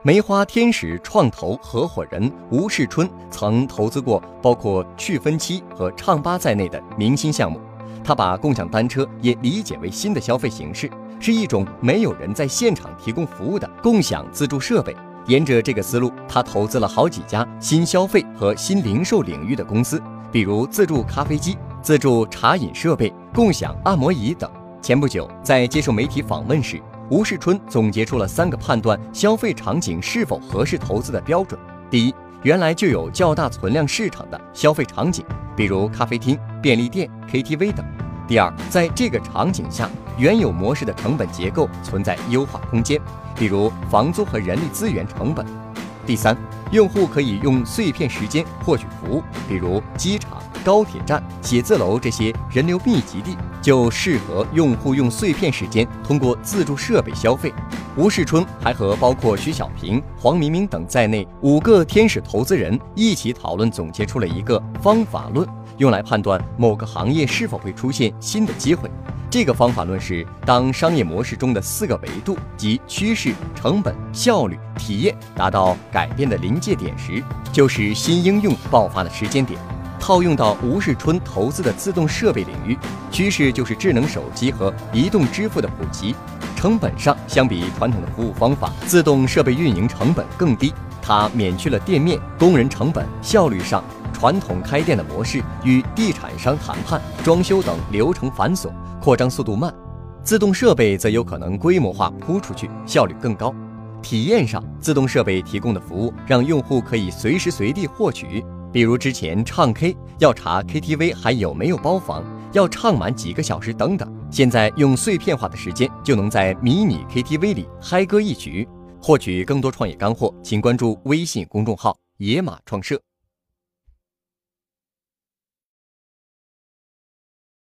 梅花天使创投合伙人吴世春曾投资过包括趣分期和唱吧在内的明星项目。他把共享单车也理解为新的消费形式，是一种没有人在现场提供服务的共享自助设备。沿着这个思路，他投资了好几家新消费和新零售领域的公司，比如自助咖啡机、自助茶饮设备、共享按摩椅等。前不久，在接受媒体访问时，吴世春总结出了3个判断消费场景是否合适投资的标准。第一，原来就有较大存量市场的消费场景，比如咖啡厅、便利店、KTV 等。第二，在这个场景下，原有模式的成本结构存在优化空间，比如房租和人力资源成本。第三，用户可以用碎片时间获取服务，比如机场、高铁站、写字楼这些人流密集地，就适合用户用碎片时间通过自助设备消费。吴世春还和包括徐小平、黄明明等在内5个天使投资人一起讨论，总结出了一个方法论，用来判断某个行业是否会出现新的机会。这个方法论是，当商业模式中的4个维度即趋势、成本、效率、体验达到改变的临界点时，就是新应用爆发的时间点。套用到吴世春投资的自动设备领域，趋势就是智能手机和移动支付的普及。成本上，相比传统的服务方法，自动设备运营成本更低，它免去了店面、工人成本。效率上，传统开店的模式与地产商谈判、装修等流程繁琐，扩张速度慢；自动设备则有可能规模化铺出去，效率更高。体验上，自动设备提供的服务让用户可以随时随地获取，比如之前唱 K 要查 KTV 还有没有包房，要唱满几个小时等等，现在用碎片化的时间就能在迷你 KTV 里嗨歌一曲。获取更多创业干货，请关注微信公众号野马创社。